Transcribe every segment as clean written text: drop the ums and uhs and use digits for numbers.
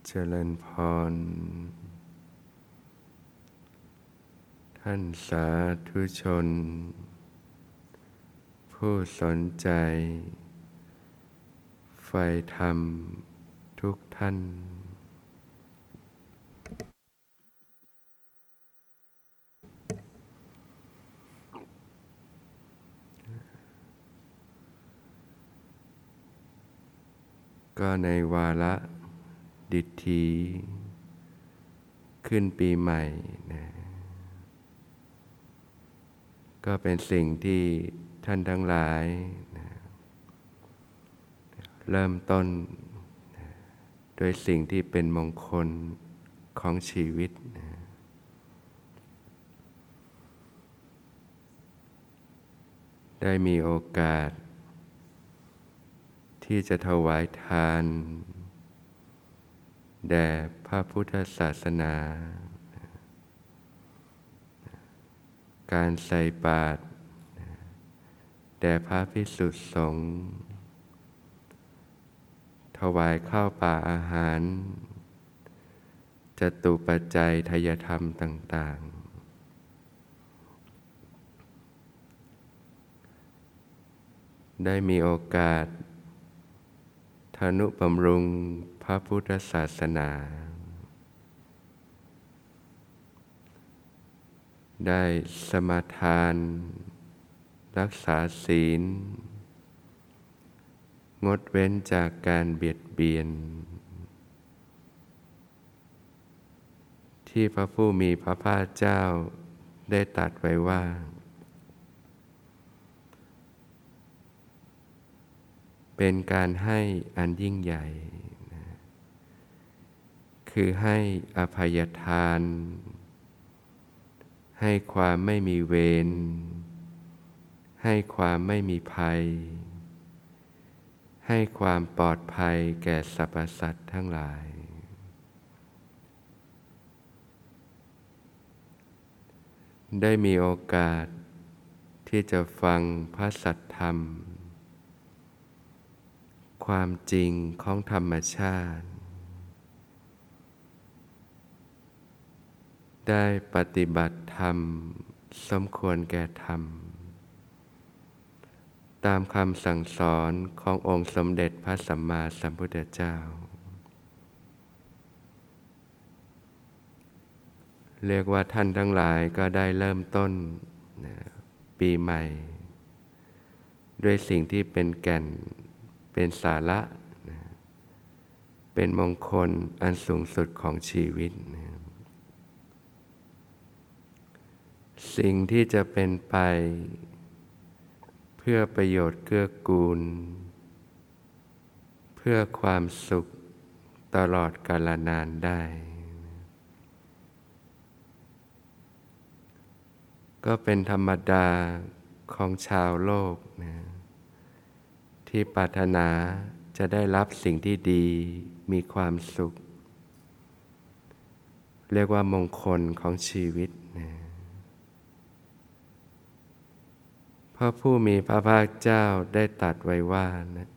เจริญพรท่านสาธุชนผู้สนใจใฝ่ธรรมทุกท่านก็ในวาระดิถีขึ้นปีใหม่นะก็เป็นสิ่งที่ท่านทั้งหลายนะเริ่มต้นนะโดยสิ่งที่เป็นมงคลของชีวิตนะได้มีโอกาสที่จะถวายทานแด่พระพุทธศาสนาการใส่บาตรแด่พระภิกษุสงฆ์ถวายข้าวปลาอาหารจตุปัจจัยทายธรรมต่างๆได้มีโอกาสทนุบำรุงพระพุทธศาสนาได้สมาทานรักษาศีลงดเว้นจากการเบียดเบียนที่พระผู้มีพระภาคเจ้าได้ตรัสไว้ว่าเป็นการให้อันยิ่งใหญ่นะคือให้อภัยทานให้ความไม่มีเวรให้ความไม่มีภัยให้ความปลอดภัยแก่สรรพสัตว์ทั้งหลายได้มีโอกาสที่จะฟังพระสัทธรรมความจริงของธรรมชาติได้ปฏิบัติธรรมสมควรแก่ธรรมตามคำสั่งสอนขององค์สมเด็จพระสัมมาสัมพุทธเจ้าเรียกว่าท่านทั้งหลายก็ได้เริ่มต้นปีใหม่ด้วยสิ่งที่เป็นแก่นเป็นสาระเป็นมงคลอันสูงสุดของชีวิตสิ่งที่จะเป็นไปเพื่อประโยชน์เกื้อกูลเพื่อความสุขตลอดกาลนานได้ก็เป็นธรรมดาของชาวโลกนะที่ปรารถนาจะได้รับสิ่งที่ดีมีความสุขเรียกว่ามงคลของชีวิตนะพระผู้มีพระภาคเจ้าได้ตรัสไว้ว่านะ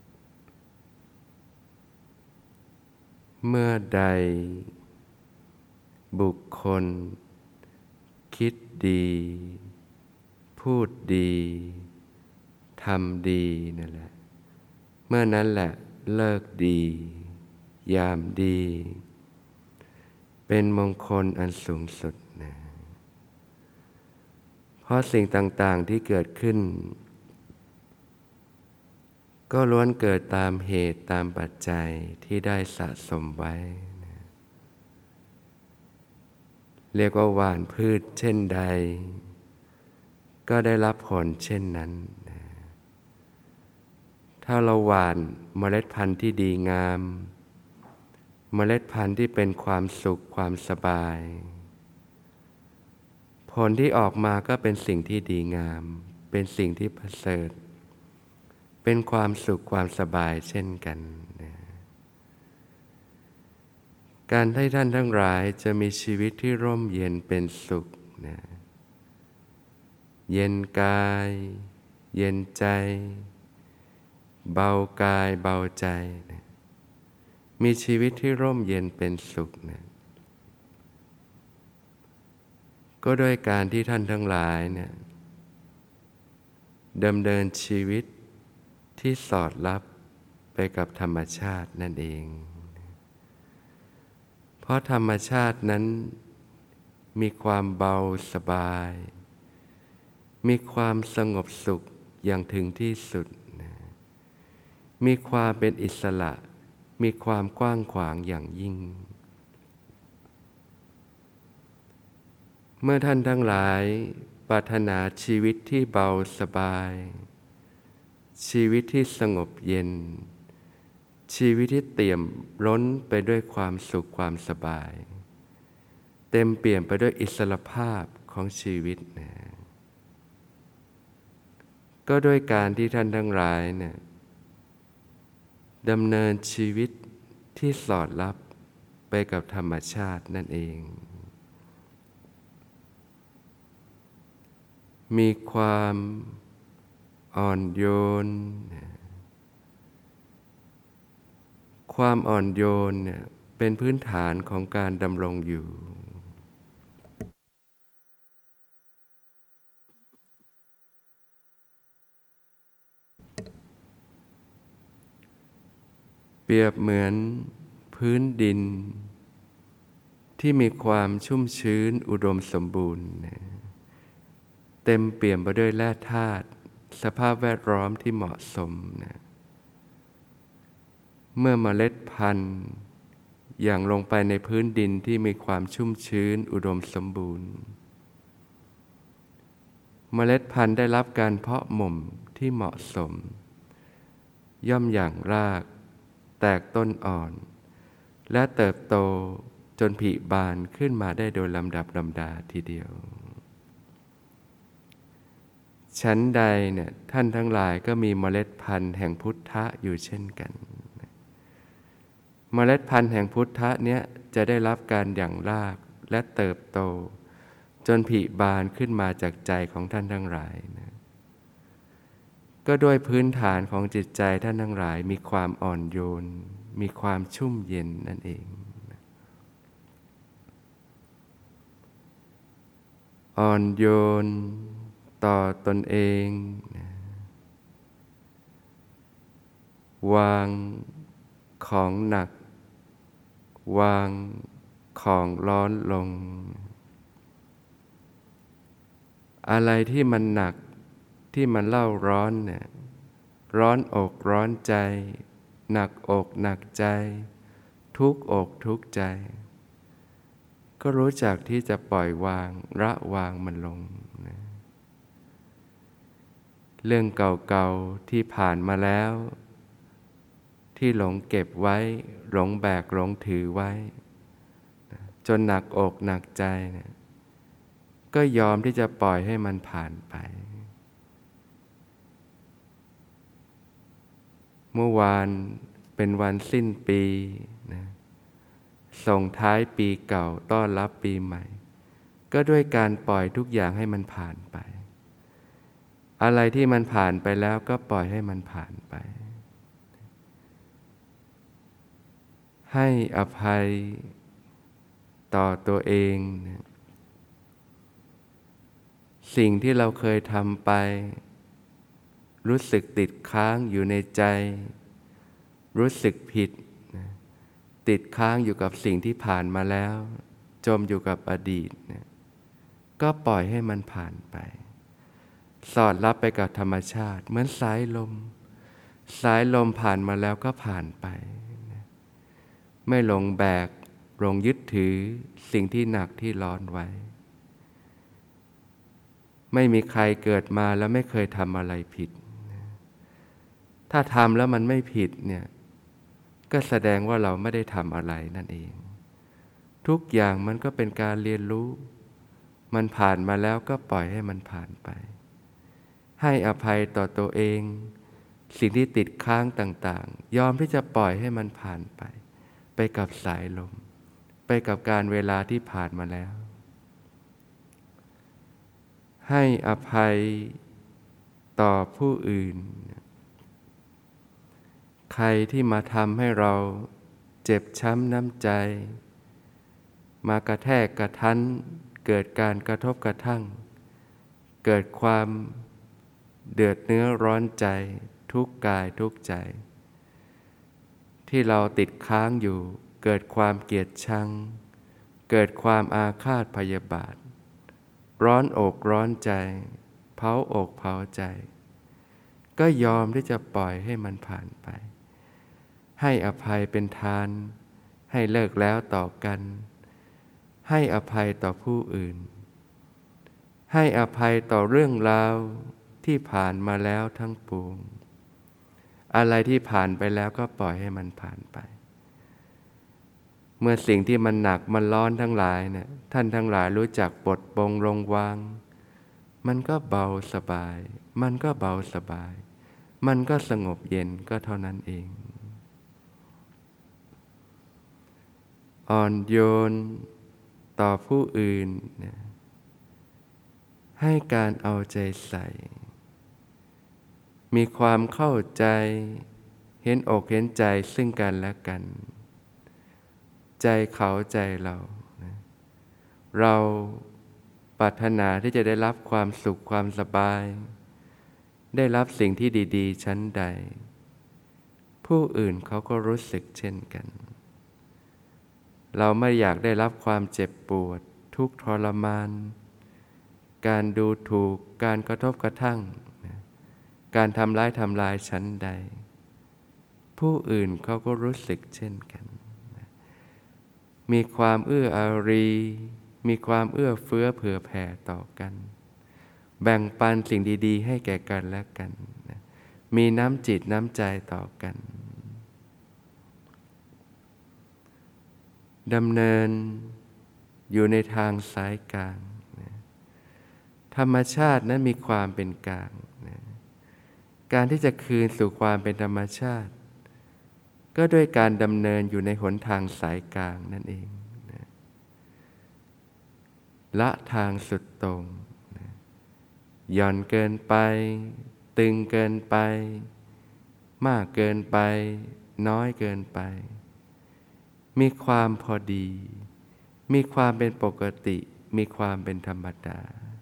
เมื่อใดบุคคลคิดดีพูดดีทำดีนั่นแหละเมื่อนั้นแหละเลิกดียามดีเป็นมงคลอันสูงสุดนะเพราะสิ่งต่างๆที่เกิดขึ้นก็ล้วนเกิดตามเหตุตามปัจจัยที่ได้สะสมไว้นะเรียกว่าหว่านพืชเช่นใดก็ได้รับผลเช่นนั้นนะถ้าเราหว่านเมล็ดพันธุ์ที่ดีงามเมล็ดพันธุ์ที่เป็นความสุขความสบายผลที่ออกมาก็เป็นสิ่งที่ดีงามเป็นสิ่งที่ประเสริฐเป็นความสุขความสบายเช่นกันนะการให้ท่านทั้งหลายจะมีชีวิตที่ร่มเย็นเป็นสุขนะเย็นกายเย็นใจเบากายเบาใจนะมีชีวิตที่ร่มเย็นเป็นสุขเนี่ยก็ด้วยการที่ท่านทั้งหลายเนี่ยดำเนินชีวิตที่สอดรับไปกับธรรมชาตินั่นเองเพราะธรรมชาตินั้นมีความเบาสบายมีความสงบสุขอย่างถึงที่สุดนะมีความเป็นอิสระมีความกว้างขวางอย่างยิ่งเมื่อท่านทั้งหลายปรารถนาชีวิตที่เบาสบายชีวิตที่สงบเย็นชีวิตที่เปี่ยมล้นไปด้วยความสุขความสบายเต็มเปี่ยมไปด้วยอิสรภาพของชีวิตนะก็ด้วยการที่ท่านทั้งหลายเนี่ยดำเนินชีวิตที่สอดรับไปกับธรรมชาตินั่นเองมีความอ่อนโยนความอ่อนโยนเนี่ยเป็นพื้นฐานของการดำรงอยู่เปรียบเหมือนพื้นดินที่มีความชุ่มชื้นอุดมสมบูรณ์เต็มเปี่ยมไปด้วยแร่ธาตุสภาพแวดล้อมที่เหมาะสมนะเมื่อเมล็ดพันธุ์อย่างลงไปในพื้นดินที่มีความชุ่มชื้นอุดมสมบูรณ์เมล็ดพันธุ์ได้รับการเพาะหม่มที่เหมาะสมย่อมหย่างรากแตกต้นอ่อนและเติบโตจนผลิบานขึ้นมาได้โดยลำดับลำดาทีเดียวชั้นใดเนี่ยท่านทั้งหลายก็มีเมล็ดพันธุ์แห่งพุทธะอยู่เช่นกันเมล็ดพันธุ์แห่งพุทธะเนี้ยจะได้รับการหยั่งรากและเติบโตจนผลิบานขึ้นมาจากใจของท่านทั้งหลายนะก็ด้วยพื้นฐานของจิตใจท่านทั้งหลายมีความอ่อนโยนมีความชุ่มเย็นนั่นเองอ่อนโยนต่อตนเองวางของหนักวางของร้อนลงอะไรที่มันหนักที่มันเล่าร้อนเนี่ยร้อนอกร้อนใจหนักอกหนักใจทุกอกทุกใจก็รู้จักที่จะปล่อยวางละวางมันลงนะเรื่องเก่าๆที่ผ่านมาแล้วที่หลงเก็บไว้หลงแบกหลงถือไว้จนหนักอกหนักใจเนี่ยก็ยอมที่จะปล่อยให้มันผ่านไปเมื่อวานเป็นวันสิ้นปีนะส่งท้ายปีเก่าต้อนรับปีใหม่ก็ด้วยการปล่อยทุกอย่างให้มันผ่านไปอะไรที่มันผ่านไปแล้วก็ปล่อยให้มันผ่านไปให้อภัยต่อตัวเองนะสิ่งที่เราเคยทำไปรู้สึกติดค้างอยู่ในใจรู้สึกผิดนะติดค้างอยู่กับสิ่งที่ผ่านมาแล้วจมอยู่กับอดีตนะก็ปล่อยให้มันผ่านไปสอดรับไปกับธรรมชาติเหมือนสายลมผ่านมาแล้วก็ผ่านไปนะไม่หลงแบกหลงยึดถือสิ่งที่หนักที่ร้อนไว้ไม่มีใครเกิดมาแล้วไม่เคยทำอะไรผิดถ้าทำแล้วมันไม่ผิดเนี่ยก็แสดงว่าเราไม่ได้ทำอะไรนั่นเองทุกอย่างมันก็เป็นการเรียนรู้มันผ่านมาแล้วก็ปล่อยให้มันผ่านไปให้อภัยต่อตัวเองสิ่งที่ติดค้างต่างๆยอมที่จะปล่อยให้มันผ่านไปไปกับสายลมไปกับการเวลาที่ผ่านมาแล้วให้อภัยต่อผู้อื่นใครที่มาทำให้เราเจ็บช้ำน้ำใจมากระแทกกระทันเกิดการกระทบกระทั่งเกิดความเดือดเนื้อร้อนใจทุกกายทุกใจที่เราติดค้างอยู่เกิดความเกลียดชังเกิดความอาฆาตพยาบาทร้อนอกร้อนใจเผาอกเผาใจก็ยอมที่จะปล่อยให้มันผ่านไปให้อภัยเป็นทานให้เลิกแล้วต่อกันให้อภัยต่อผู้อื่นให้อภัยต่อเรื่องราวที่ผ่านมาแล้วทั้งปวงอะไรที่ผ่านไปแล้วก็ปล่อยให้มันผ่านไปเมื่อสิ่งที่มันหนักมันร้อนทั้งหลายเนี่ยท่านทั้งหลายรู้จักปลดปลงลงวางมันก็เบาสบายมันก็เบาสบายมันก็สงบเย็นก็เท่านั้นเองอ่อนโยนต่อผู้อื่นนะให้การเอาใจใส่มีความเข้าใจเห็นอกเห็นใจซึ่งกันและกันใจเขาใจเรานะเราปรารถนาที่จะได้รับความสุขความสบายได้รับสิ่งที่ดีๆชั้นใดผู้อื่นเขาก็รู้สึกเช่นกันเราไม่อยากได้รับความเจ็บปวดทุกข์ทรมานการดูถูกการกระทบกระทั่งการทำร้ายชั้นใดผู้อื่นเขาก็รู้สึกเช่นกันมีความเอื้ออารีมีความเอื้อเฟื้อเผื่อแผ่ต่อกันแบ่งปันสิ่งดีๆให้แก่กันและกันมีน้ำจิตน้ำใจต่อกันดำเนินอยู่ในทางสายกลางธรรมชาตินั้นมีความเป็นกลางการที่จะคืนสู่ความเป็นธรรมชาติก็ด้วยการดำเนินอยู่ในหนทางสายกลางนั่นเองละทางสุดตรงหย่อนเกินไปตึงเกินไปมากเกินไปน้อยเกินไปมีความพอดีมีความเป็นปกติมีความเป็นธรรมดา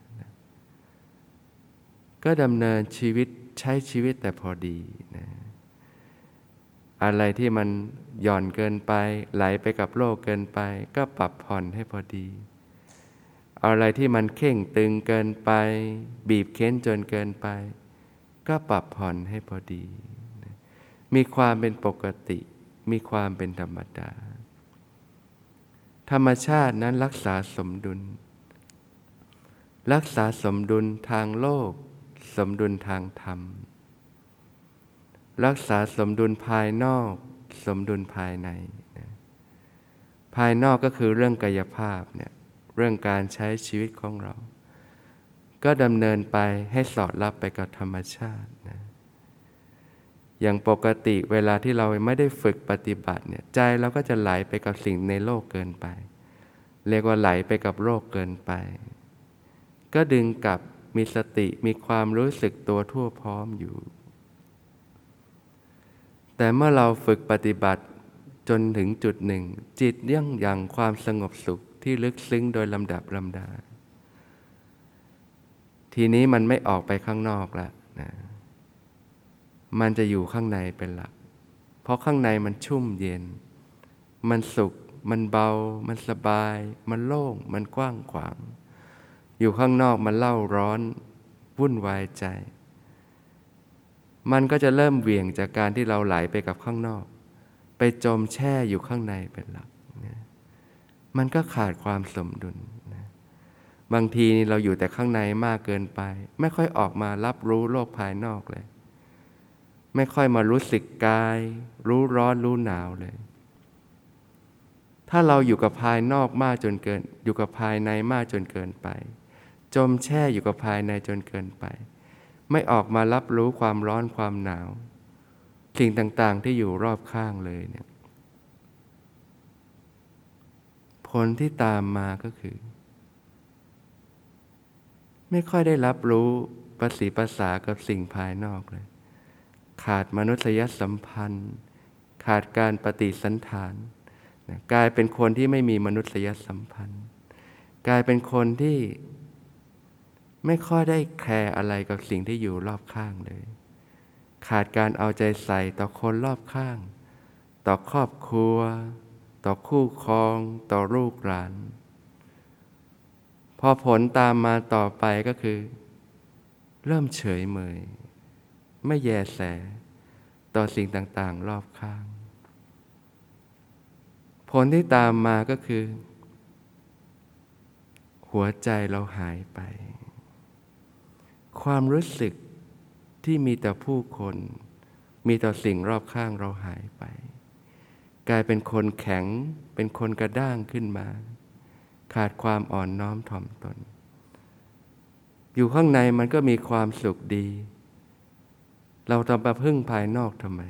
ก็ดำเนินชีวิตใช้ชีวิตแต่พอดีนะอะไรที่มันหย่อนเกินไปไหลไปกับโลกเกินไปก็ปรับผ่อนให้พอดีอะไรที่มันเข่งตึงเกินไปบีบเค้นจนเกินไปก็ปรับผ่อนให้พอดีมีความเป็นปกติมีความเป็นธรรมดาธรรมชาตินั้นรักษาสมดุลรักษาสมดุลทางโลกสมดุลทางธรรมรักษาสมดุลภายนอกสมดุลภายในภายนอกก็คือเรื่องกายภาพเนี่ยเรื่องการใช้ชีวิตของเราก็ดำเนินไปให้สอดรับไปกับธรรมชาตินะอย่างปกติเวลาที่เราไม่ได้ฝึกปฏิบัติเนี่ยใจเราก็จะไหลไปกับสิ่งในโลกเกินไปเรียกว่าไหลไปกับโลกเกินไปก็ดึงกลับมีสติมีความรู้สึกตัวทั่วพร้อมอยู่แต่เมื่อเราฝึกปฏิบัติจนถึงจุดหนึ่งจิตยังความสงบสุขที่ลึกซึ้งโดยลำดับลำดาทีนี้มันไม่ออกไปข้างนอกแล้วนะมันจะอยู่ข้างในเป็นหลักเพราะข้างในมันชุ่มเย็นมันสุขมันเบามันสบายมันโล่งมันกว้างขวางอยู่ข้างนอกมันเล่าร้อนวุ่นวายใจมันก็จะเริ่มเหวี่ยงจากการที่เราไหลไปกับข้างนอกไปจมแช่อยู่ข้างในเป็นหลักนะมันก็ขาดความสมดุลนะบางทีเราอยู่แต่ข้างในมากเกินไปไม่ค่อยออกมารับรู้โลกภายนอกเลยไม่ค่อยมารู้สึกกายรู้ร้อนรู้หนาวเลยถ้าเราอยู่กับภายนอกมากจนเกินอยู่กับภายในมากจนเกินไปจมแช่อยู่กับภายในจนเกินไปไม่ออกมารับรู้ความร้อนความหนาวสิ่งต่างๆที่อยู่รอบข้างเลยเนี่ยผลที่ตามมาก็คือไม่ค่อยได้รับรู้ประสีภาษากับสิ่งภายนอกเลยขาดมนุษยสัมพันธ์ขาดการปฏิสันถานกลายเป็นคนที่ไม่มีมนุษยสัมพันธ์กลายเป็นคนที่ไม่ค่อยได้แคร์อะไรกับสิ่งที่อยู่รอบข้างเลยขาดการเอาใจใส่ต่อคนรอบข้างต่อครอบครัวต่อคู่ครองต่อลูกหลานพอผลตามมาต่อไปก็คือเริ่มเฉยเมยไม่แยแสต่อสิ่งต่างๆรอบข้างผลที่ตามมาก็คือหัวใจเราหายไปความรู้สึกที่มีต่อผู้คนมีต่อสิ่งรอบข้างเราหายไปกลายเป็นคนแข็งเป็นคนกระด้างขึ้นมาขาดความอ่อนน้อมถ่อมตนอยู่ข้างในมันก็มีความสุขดีเราต้องมาพึ่งภายนอกทำไม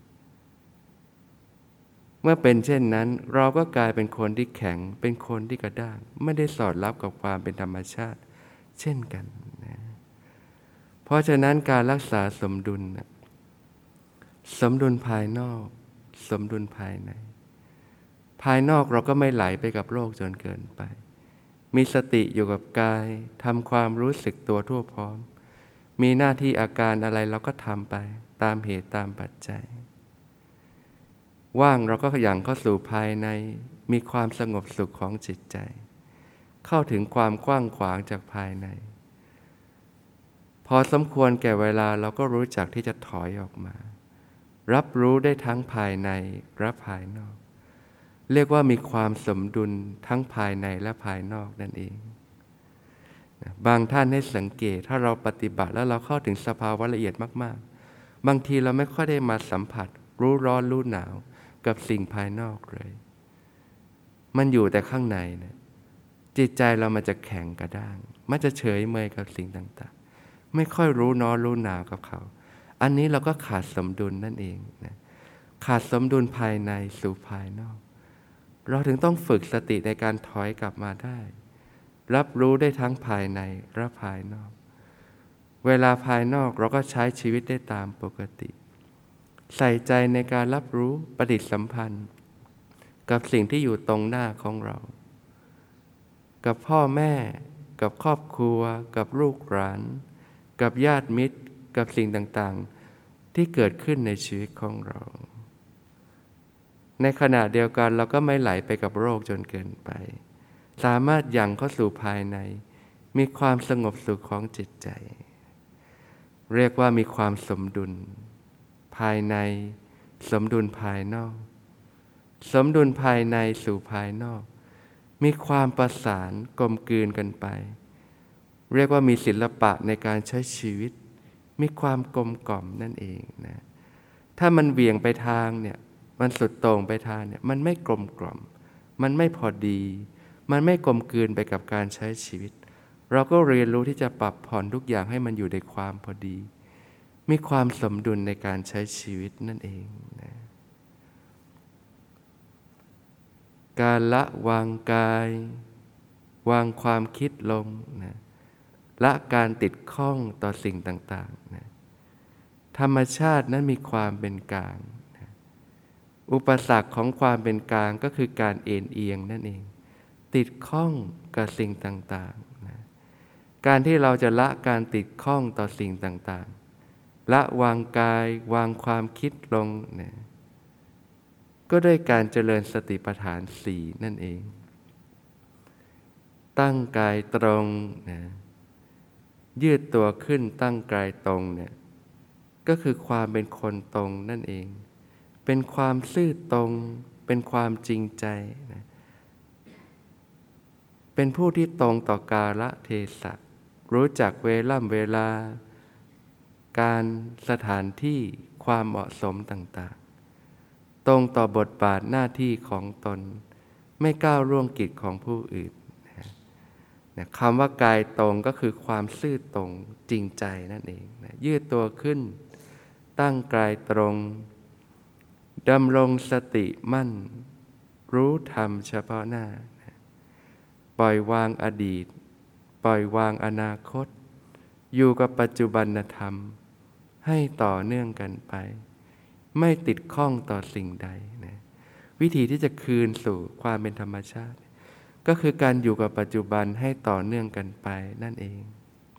เมื่อเป็นเช่นนั้นเราก็กลายเป็นคนที่แข็งเป็นคนที่กระด้างไม่ได้สอดรับกับความเป็นธรรมชาติเช่นกันนะเพราะฉะนั้นการรักษาสมดุลสมดุลภายนอกสมดุลภายในภายนอกเราก็ไม่ไหลไปกับโลกจนเกินไปมีสติอยู่กับกายทำความรู้สึกตัวทั่วพร้อมมีหน้าที่อาการอะไรเราก็ทำไปตามเหตุตามปัจจัยว่างเราก็ขยันเข้าสู่ภายในมีความสงบสุขของจิตใจเข้าถึงความกว้างขวางจากภายในพอสมควรแก่เวลาเราก็รู้จักที่จะถอยออกมารับรู้ได้ทั้งภายในและภายนอกเรียกว่ามีความสมดุลทั้งภายในและภายนอกนั่นเองบางท่านให้สังเกตถ้าเราปฏิบัติแล้วเราเข้าถึงสภาวะละเอียดมากๆบางทีเราไม่ค่อยได้มาสัมผัสรู้ร้อนรู้หนาวกับสิ่งภายนอกเลยมันอยู่แต่ข้างในนะจิตใจเรามันจะแข็งกระด้างมันจะเฉยเมยกับสิ่งต่างๆไม่ค่อยรู้ร้อนรู้หนาวกับเขาอันนี้เราก็ขาดสมดุลนั่นเองนะขาดสมดุลภายในสู่ภายนอกเราถึงต้องฝึกสติในการถอยกลับมาได้รับรู้ได้ทั้งภายในและภายนอกเวลาภายนอกเราก็ใช้ชีวิตได้ตามปกติใส่ใจในการรับรู้ปฏิสัมพันธ์กับสิ่งที่อยู่ตรงหน้าของเรากับพ่อแม่กับครอบครัวกับลูกหลานกับญาติมิตรกับสิ่งต่างๆที่เกิดขึ้นในชีวิตของเราในขณะเดียวกันเราก็ไม่ไหลไปกับโรคจนเกินไปสามารถยังเข้าสู่ภายในมีความสงบสุขของจิตใจเรียกว่ามีความสมดุลภายในสมดุลภายนอกสมดุลภายในสู่ภายนอกมีความประสานกลมกลืนกันไปเรียกว่ามีศิลปะในการใช้ชีวิตมีความกลมกล่อมนั่นเองนะถ้ามันเบี่ยงไปทางเนี่ยมันสุดโต่งไปทางเนี่ยมันไม่กลมกล่อมมันไม่พอดีมันไม่กลมกลืนไปกับการใช้ชีวิตเราก็เรียนรู้ที่จะปรับผ่อนทุกอย่างให้มันอยู่ในความพอดีมีความสมดุลในการใช้ชีวิตนั่นเองนะการละวางกายวางความคิดลงนะละการติดข้องต่อสิ่งต่างๆนะธรรมชาตินั้นมีความเป็นกลางนะอุปสรรคของความเป็นกลางก็คือการเอ็นเอียงนั่นเองติดข้องกับสิ่งต่างๆนะการที่เราจะละการติดข้องต่อสิ่งต่างๆละวางกายวางความคิดลงนะก็ด้วยการเจริญสติปัฏฐาน4นั่นเองตั้งกายตรงนะยืดตัวขึ้นตั้งกายตรงเนี่ยก็คือความเป็นคนตรงนั่นเองเป็นความซื่อตรงเป็นความจริงใจนะเป็นผู้ที่ตรงต่อกาลเทศะรู้จักเวลาการสถานที่ความเหมาะสมต่างๆตรงต่อบทบาทหน้าที่ของตนไม่ก้าวล่วงกิจของผู้อื่นนะคำว่ากายตรงก็คือความซื่อตรงจริงใจนั่นเองนะยืดตัวขึ้นตั้งกายตรงดำรงสติมั่นรู้ธรรมเฉพาะหน้านะปล่อยวางอดีตปล่อยวางอนาคตอยู่กับปัจจุบันธรรมให้ต่อเนื่องกันไปไม่ติดข้องต่อสิ่งใดนะวิธีที่จะคืนสู่ความเป็นธรรมชาติก็คือการอยู่กับปัจจุบันให้ต่อเนื่องกันไปนั่นเอง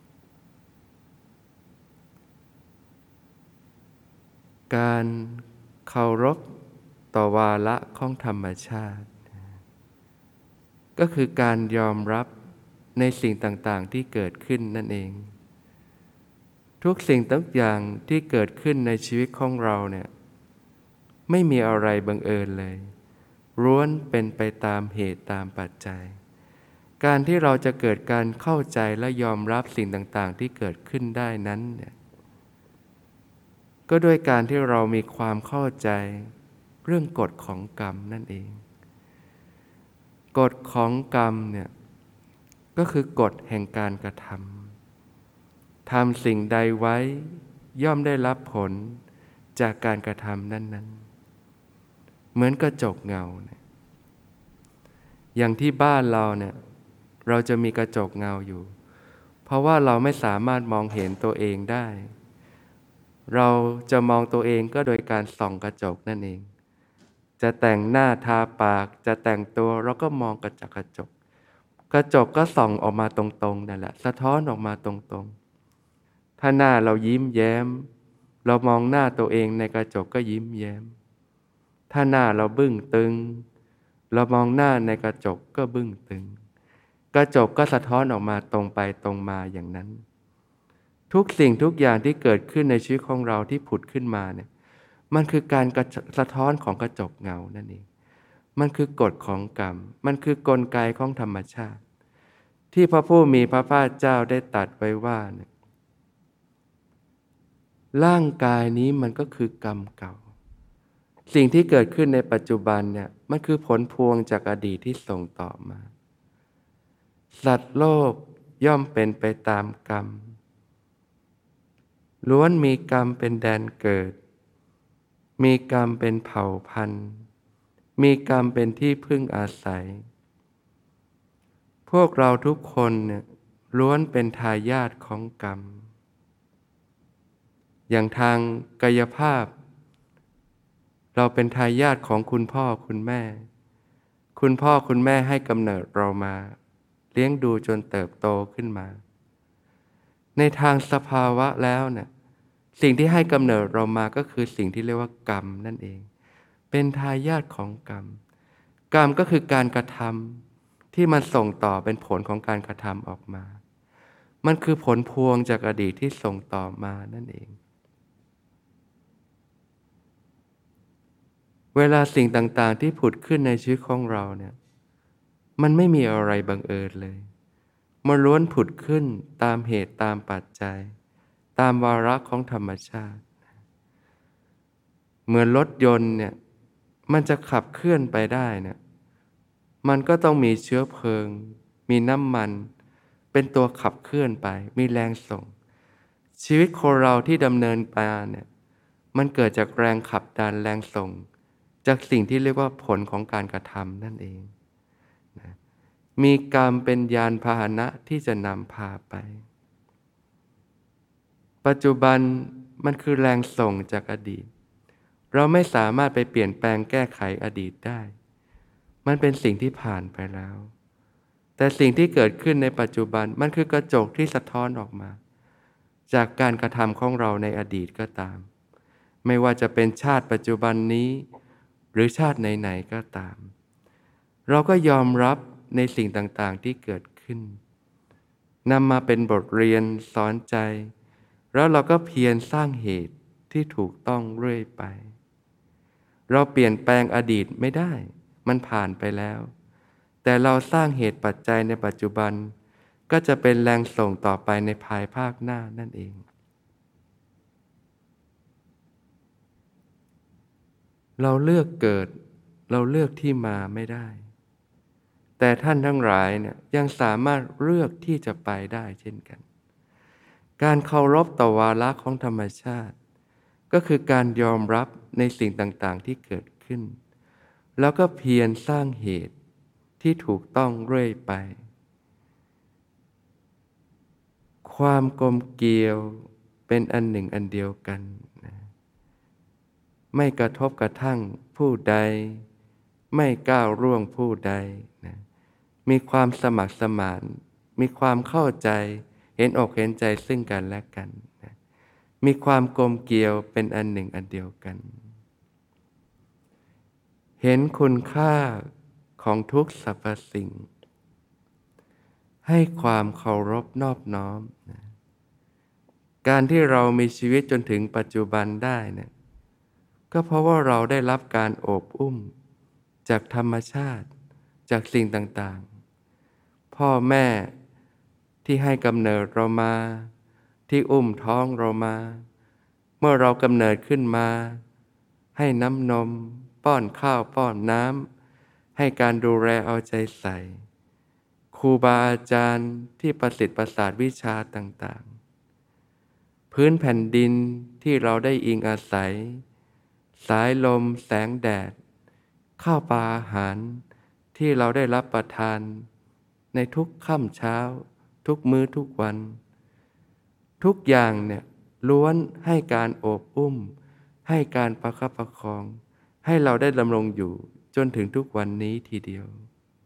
การเคารพต่อวาระของธรรมชาติก็คือการยอมรับในสิ่งต่างๆที่เกิดขึ้นนั่นเองทุกสิ่งทุกอย่างที่เกิดขึ้นในชีวิตของเราเนี่ยไม่มีอะไรบังเอิญเลยล้วนเป็นไปตามเหตุตามปัจจัยการที่เราจะเกิดการเข้าใจและยอมรับสิ่งต่างๆที่เกิดขึ้นได้นั้นเนี่ยก็ด้วยการที่เรามีความเข้าใจเรื่องกฎของกรรมนั่นเองกฎของกรรมเนี่ยก็คือกฎแห่งการกระทำทำสิ่งใดไว้ย่อมได้รับผลจากการกระทำนั้นๆเหมือนกระจกเงาเนี่ยอย่างที่บ้านเราเนี่ยเราจะมีกระจกเงาอยู่เพราะว่าเราไม่สามารถมองเห็นตัวเองได้เราจะมองตัวเองก็โดยการส่องกระจกนั่นเองจะแต่งหน้าทาปากจะแต่งตัวเราก็มองกระจกกระจกก็ส่องออกมาตรงๆนั่นแหละสะท้อนออกมาตรงๆถ้าหน้าเรายิ้มแย้มเรามองหน้าตัวเองในกระจกก็ยิ้มแย้มถ้าหน้าเราบึ้งตึงเรามองหน้าในกระจกก็บึ้งตึงกระจกก็สะท้อนออกมาตรงไปตรงมาอย่างนั้นทุกสิ่งทุกอย่างที่เกิดขึ้นในชีวิตของเราที่ผุดขึ้นมาเนี่ยมันคือการสะท้อนของกระจกเงานั่นเองมันคือกฎของกรรมมันคือกลไกของธรรมชาติที่พระผู้มีพระภาคเจ้าได้ตรัสไว้ว่าเนี่ยร่างกายนี้มันก็คือกรรมเก่าสิ่งที่เกิดขึ้นในปัจจุบันเนี่ยมันคือผลพวงจากอดีตที่ส่งต่อมาสัตว์โลกย่อมเป็นไปตามกรรมล้วนมีกรรมเป็นแดนเกิดมีกรรมเป็นเผ่าพันธุ์มีกรรมเป็นที่พึ่งอาศัยพวกเราทุกคนเนี่ยล้วนเป็นทายาทของกรรมอย่างทางกายภาพเราเป็นทายาทของคุณพ่อคุณแม่คุณพ่อคุณแม่ให้กำเนิดเรามาเลี้ยงดูจนเติบโตขึ้นมาในทางสภาวะแล้วเนี่ยสิ่งที่ให้กำเนิดเรามาก็คือสิ่งที่เรียกว่ากรรมนั่นเองเป็นทายาทของกรรมกรรมก็คือการกระทำที่มันส่งต่อเป็นผลของการกระทำออกมามันคือผลพวงจากอดีตที่ส่งต่อมานั่นเองเวลาสิ่งต่างๆที่ผุดขึ้นในชีวิตของเราเนี่ยมันไม่มีอะไรบังเอิญเลยมันล้วนผุดขึ้นตามเหตุตามปัจจัยตามวาระของธรรมชาติเหมือนรถยนต์เนี่ยมันจะขับเคลื่อนไปได้เนี่ยมันก็ต้องมีเชื้อเพลิงมีน้ำมันเป็นตัวขับเคลื่อนไปมีแรงส่งชีวิตคนเราที่ดำเนินไปเนี่ยมันเกิดจากแรงขับดันแรงส่งจากสิ่งที่เรียกว่าผลของการกระทำนั่นเองนะมีกรรมเป็นยานพาหนะที่จะนำพาไปปัจจุบันมันคือแรงส่งจากอดีตเราไม่สามารถไปเปลี่ยนแปลงแก้ไขอดีตได้มันเป็นสิ่งที่ผ่านไปแล้วแต่สิ่งที่เกิดขึ้นในปัจจุบันมันคือกระจกที่สะท้อนออกมาจากการกระทำของเราในอดีตก็ตามไม่ว่าจะเป็นชาติปัจจุบันนี้หรือชาติไหนๆก็ตามเราก็ยอมรับในสิ่งต่างๆที่เกิดขึ้นนำมาเป็นบทเรียนสอนใจแล้วเราก็เพียรสร้างเหตุที่ถูกต้องเรื่อยไปเราเปลี่ยนแปลงอดีตไม่ได้มันผ่านไปแล้วแต่เราสร้างเหตุปัจจัยในปัจจุบันก็จะเป็นแรงส่งต่อไปในภายภาคหน้านั่นเองเราเลือกเกิดเราเลือกที่มาไม่ได้แต่ท่านทั้งหลายเนี่ยยังสามารถเลือกที่จะไปได้เช่นกันการเคารพต่อวาระของธรรมชาติก็คือการยอมรับในสิ่งต่างๆที่เกิดขึ้นแล้วก็เพียรสร้างเหตุที่ถูกต้องเรื่อยไปความกลมเกลียวเป็นอันหนึ่งอันเดียวกันนะไม่กระทบกระทั่งผู้ใดไม่ก้าวล่วงผู้ใดนะมีความสมัครสมานมีความเข้าใจเห็นอกเห็นใจซึ่งกันและกันนะมีความกลมเกลียวเป็นอันหนึ่งอันเดียวกันเห็นคุณค่าของทุกสรรพสิ่งให้ความเคารพนอบน้อมนะการที่เรามีชีวิตจนถึงปัจจุบันได้เนี่ยก็เพราะว่าเราได้รับการโอบอุ้มจากธรรมชาติจากสิ่งต่างๆพ่อแม่ที่ให้กำเนิดเรามาที่อุ้มท้องเรามาเมื่อเรากำเนิดขึ้นมาให้น้ำนมป้อนข้าวป้อนน้ำให้การดูแลเอาใจใส่ครูบาอาจารย์ที่ประสิทธิ์ประสาทวิชาต่างๆพื้นแผ่นดินที่เราได้อิงอาศัยสายลมแสงแดดข้าวปลาอาหารที่เราได้รับประทานในทุกค่ำเช้าทุกมื้อทุกวันทุกอย่างเนี่ยล้วนให้การโอบอุ้มให้การประคับประคองให้เราได้ดำรงอยู่จนถึงทุกวันนี้ทีเดียว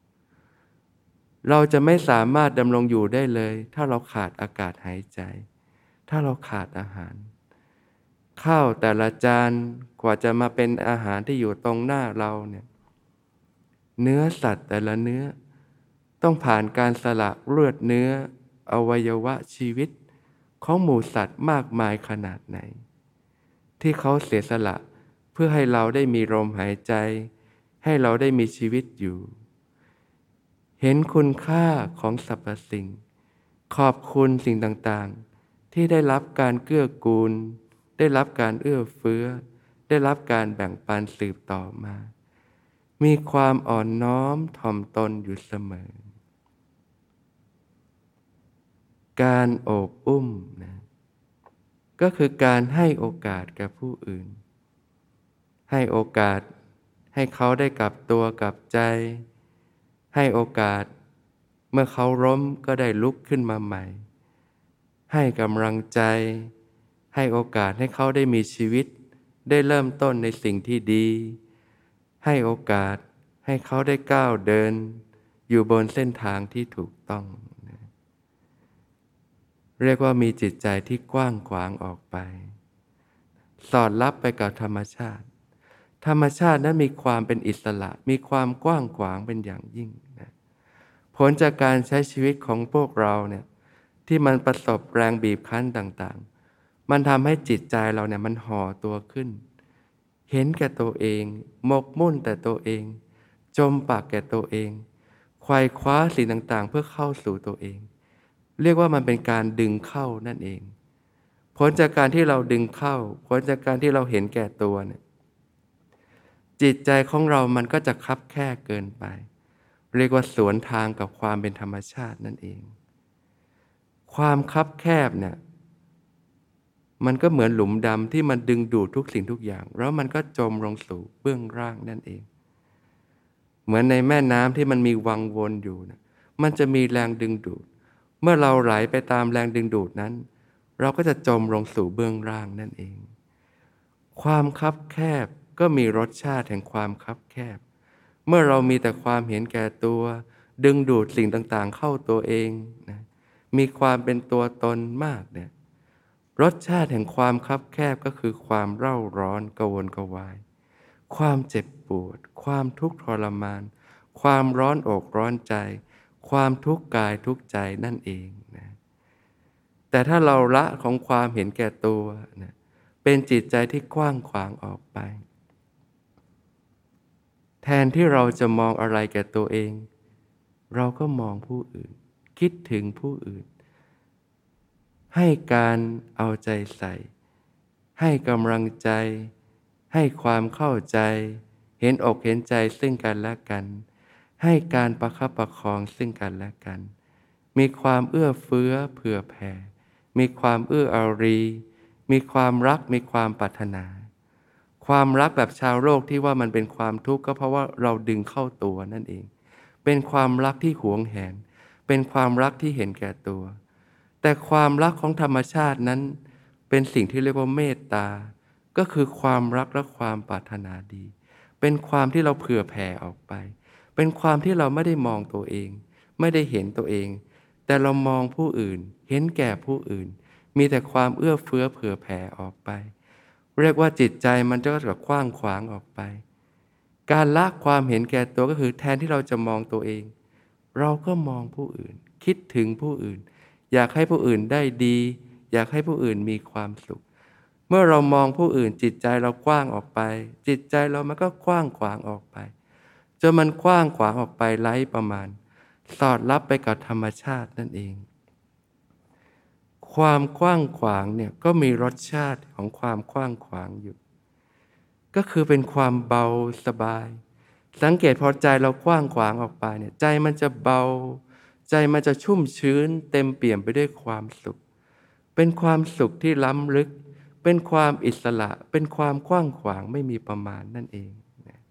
เราจะไม่สามารถดำรงอยู่ได้เลยถ้าเราขาดอากาศหายใจถ้าเราขาดอาหารข้าวแต่ละจานกว่าจะมาเป็นอาหารที่อยู่ตรงหน้าเราเนี่ยเนื้อสัตว์แต่ละเนื้อต้องผ่านการสละเลือดเนื้ออวัยวะชีวิตของหมูสัตว์มากมายขนาดไหนที่เขาเสียสละเพื่อให้เราได้มีลมหายใจให้เราได้มีชีวิตอยู่เห็นคุณค่าของสรรพสิ่งขอบคุณสิ่งต่างๆที่ได้รับการเกื้อกูลได้รับการเอื้อเฟื้อได้รับการแบ่งปันสืบต่อมามีความอ่อนน้อมถ่อมตนอยู่เสมอการโอบอุ้มนะก็คือการให้โอกาสแก่ผู้อื่นให้โอกาสให้เขาได้กลับตัวกลับใจให้โอกาสเมื่อเขาล้มก็ได้ลุกขึ้นมาใหม่ให้กำลังใจให้โอกาสให้เขาได้มีชีวิตได้เริ่มต้นในสิ่งที่ดีให้โอกาสให้เขาได้ก้าวเดินอยู่บนเส้นทางที่ถูกต้องเรียกว่ามีจิตใจที่กว้างขวางออกไปสอดรับไปกับธรรมชาติธรรมชาตินั้นมีความเป็นอิสระมีความกว้างขวางเป็นอย่างยิ่งนะผลจากการใช้ชีวิตของพวกเราเนี่ยที่มันประสบแรงบีบคั้นต่างๆมันทำให้จิตใจเราเนี่ยมันห่อตัวขึ้นเห็นแก่ตัวเองหมกมุ่นแต่ตัวเองจมปากแก่ตัวเองไขว่คว้าสิ่งต่างๆเพื่อเข้าสู่ตัวเองเรียกว่ามันเป็นการดึงเข้านั่นเองผลจากการที่เราดึงเข้าผลจากการที่เราเห็นแก่ตัวเนี่ยจิตใจของเรามันก็จะคับแคบเกินไปเรียกว่าสวนทางกับความเป็นธรรมชาตินั่นเองความคับแคบเนี่ยมันก็เหมือนหลุมดำที่มันดึงดูดทุกสิ่งทุกอย่างแล้วมันก็จมลงสู่เบื้องล่างนั่นเองเหมือนในแม่น้ำที่มันมีวังวนอยู่นะมันจะมีแรงดึงดูดเมื่อเราไหลไปตามแรงดึงดูดนั้นเราก็จะจมลงสู่เบื้องล่างนั่นเองความคับแคบก็มีรสชาติแห่งความคับแคบเมื่อเรามีแต่ความเห็นแก่ตัวดึงดูดสิ่งต่างๆเข้าตัวเองนะมีความเป็นตัวตนมากเนี่ยรสชาติแห่งความคับแคบก็คือความเร่าร้อนกระวนกระวายความเจ็บปวดความทุกข์ทรมานความร้อนอกร้อนใจความทุกข์กายทุกข์ใจนั่นเองนะแต่ถ้าเราละของความเห็นแก่ตัวนะเป็นจิตใจที่กว้างขวางออกไปแทนที่เราจะมองอะไรแก่ตัวเองเราก็มองผู้อื่นคิดถึงผู้อื่นให้การเอาใจใส่ให้กำลังใจให้ความเข้าใจเห็นอกเห็นใจซึ่งกันและกันให้การประคับประคองซึ่งกันและกันมีความเอื้อเฟื้อเผื่อแผ่มีความเอื้ออารีมีความรักมีความปรารถนาความรักแบบชาวโลกที่ว่ามันเป็นความทุกข์ก็เพราะว่าเราดึงเข้าตัวนั่นเองเป็นความรักที่หวงแหนเป็นความรักที่เห็นแก่ตัวแต่ความรักของธรรมชาตินั้นเป็นสิ่งที่เรียกว่าเมตตาก็คือความรักและความปรารถนาดีเป็นความที่เราเผื่อแผ่ออกไปเป็นความที่เราไม่ได้มองตัวเองไม่ได้เห็นตัวเองแต่เรามองผู้อื่นเห็นแก่ผู้อื่นมีแต่ความเอื้อเฟื้อเผื่อแผ่ออกไปเรียกว่าจิตใจมันจะแบบกว้างขวางออกไปการละความเห็นแก่ตัวก็คือแทนที่เราจะมองตัวเองเราก็มองผู้อื่นคิดถึงผู้อื่นอยากให้ผู้อื่นได้ดีอยากให้ผู้อื่นมีความสุขเมื่อเรามองผู้อื่นจิตใจเรากว้างออกไปจิตใจเรามันก็กว้างขวางออกไปจนมันกว้างขวางออกไปไร้ประมาณสอดรับไปกับธรรมชาตินั่นเองความกว้างขวางเนี่ยก็มีรสชาติของความกว้างขวางอยู่ก็คือเป็นความเบาสบายสังเกตพอใจเรากว้างขวางออกไปเนี่ยใจมันจะเบาใจมันจะชุ่มชื้นเต็มเปี่ยมไปด้วยความสุขเป็นความสุขที่ล้ำลึกเป็นความอิสระเป็นความกว้างขวางไม่มีประมาณนั่นเอง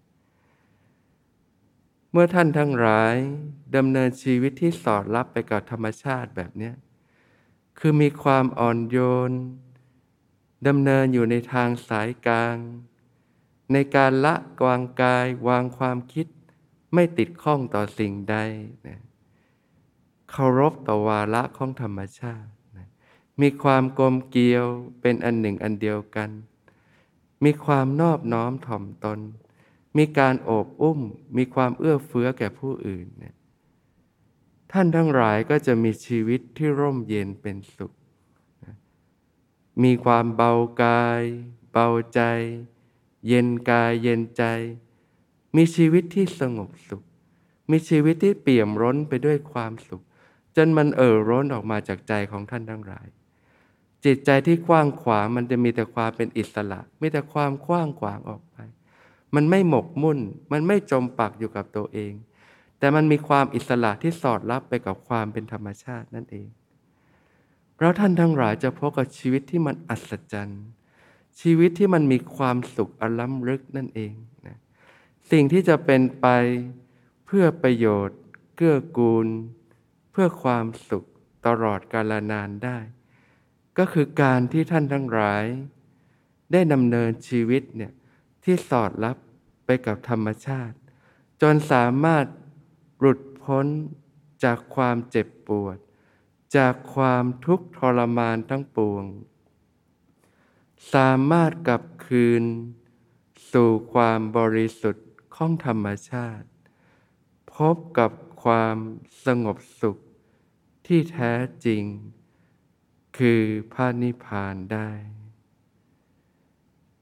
เมื่อท่านทั้งหลายดำเนินชีวิตที่สอดรับไปกับธรรมชาติแบบนี้คือมีความอ่อนโยนดำเนินอยู่ในทางสายกลางในการละวางกายวางความคิดไม่ติดข้องต่อสิ่งใดนะเคารพต่อวาระของธรรมชาตินะมีความกลมเกลียวเป็นอันหนึ่งอันเดียวกันมีความนอบน้อมถ่อมตนมีการโอบอุ้มมีความเอื้อเฟื้อแก่ผู้อื่นเนี่ยท่านทั้งหลายก็จะมีชีวิตที่ร่มเย็นเป็นสุขมีความเบากายเบาใจเย็นกายเย็นใจมีชีวิตที่สงบสุขมีชีวิตที่เปี่ยมล้นไปด้วยความสุขจนมันล้นออกมาจากใจของท่านทั้งหลายจิตใจที่กว้างขวางมันจะมีแต่ความเป็นอิสระมีแต่ความกว้างขวางออกไปมันไม่หมกมุ่นมันไม่จมปักอยู่กับตัวเองแต่มันมีความอิสระที่สอดรับไปกับความเป็นธรรมชาตินั่นเองแล้วท่านทั้งหลายจะพบกับชีวิตที่มันอัศจรรย์ชีวิตที่มันมีความสุขอันล้ำลึกนั่นเองนะสิ่งที่จะเป็นไปเพื่อประโยชน์เกื้อกูลเพื่อความสุขตลอดกาลนานได้ก็คือการที่ท่านทั้งหลายได้ดำเนินชีวิตเนี่ยที่สอดรับไปกับธรรมชาติจนสามารถหลุดพ้นจากความเจ็บปวดจากความทุกข์ทรมานทั้งปวงสามารถกลับคืนสู่ความบริสุทธิ์ของธรรมชาติพบกับความสงบสุขที่แท้จริงคือพระนิพพานได้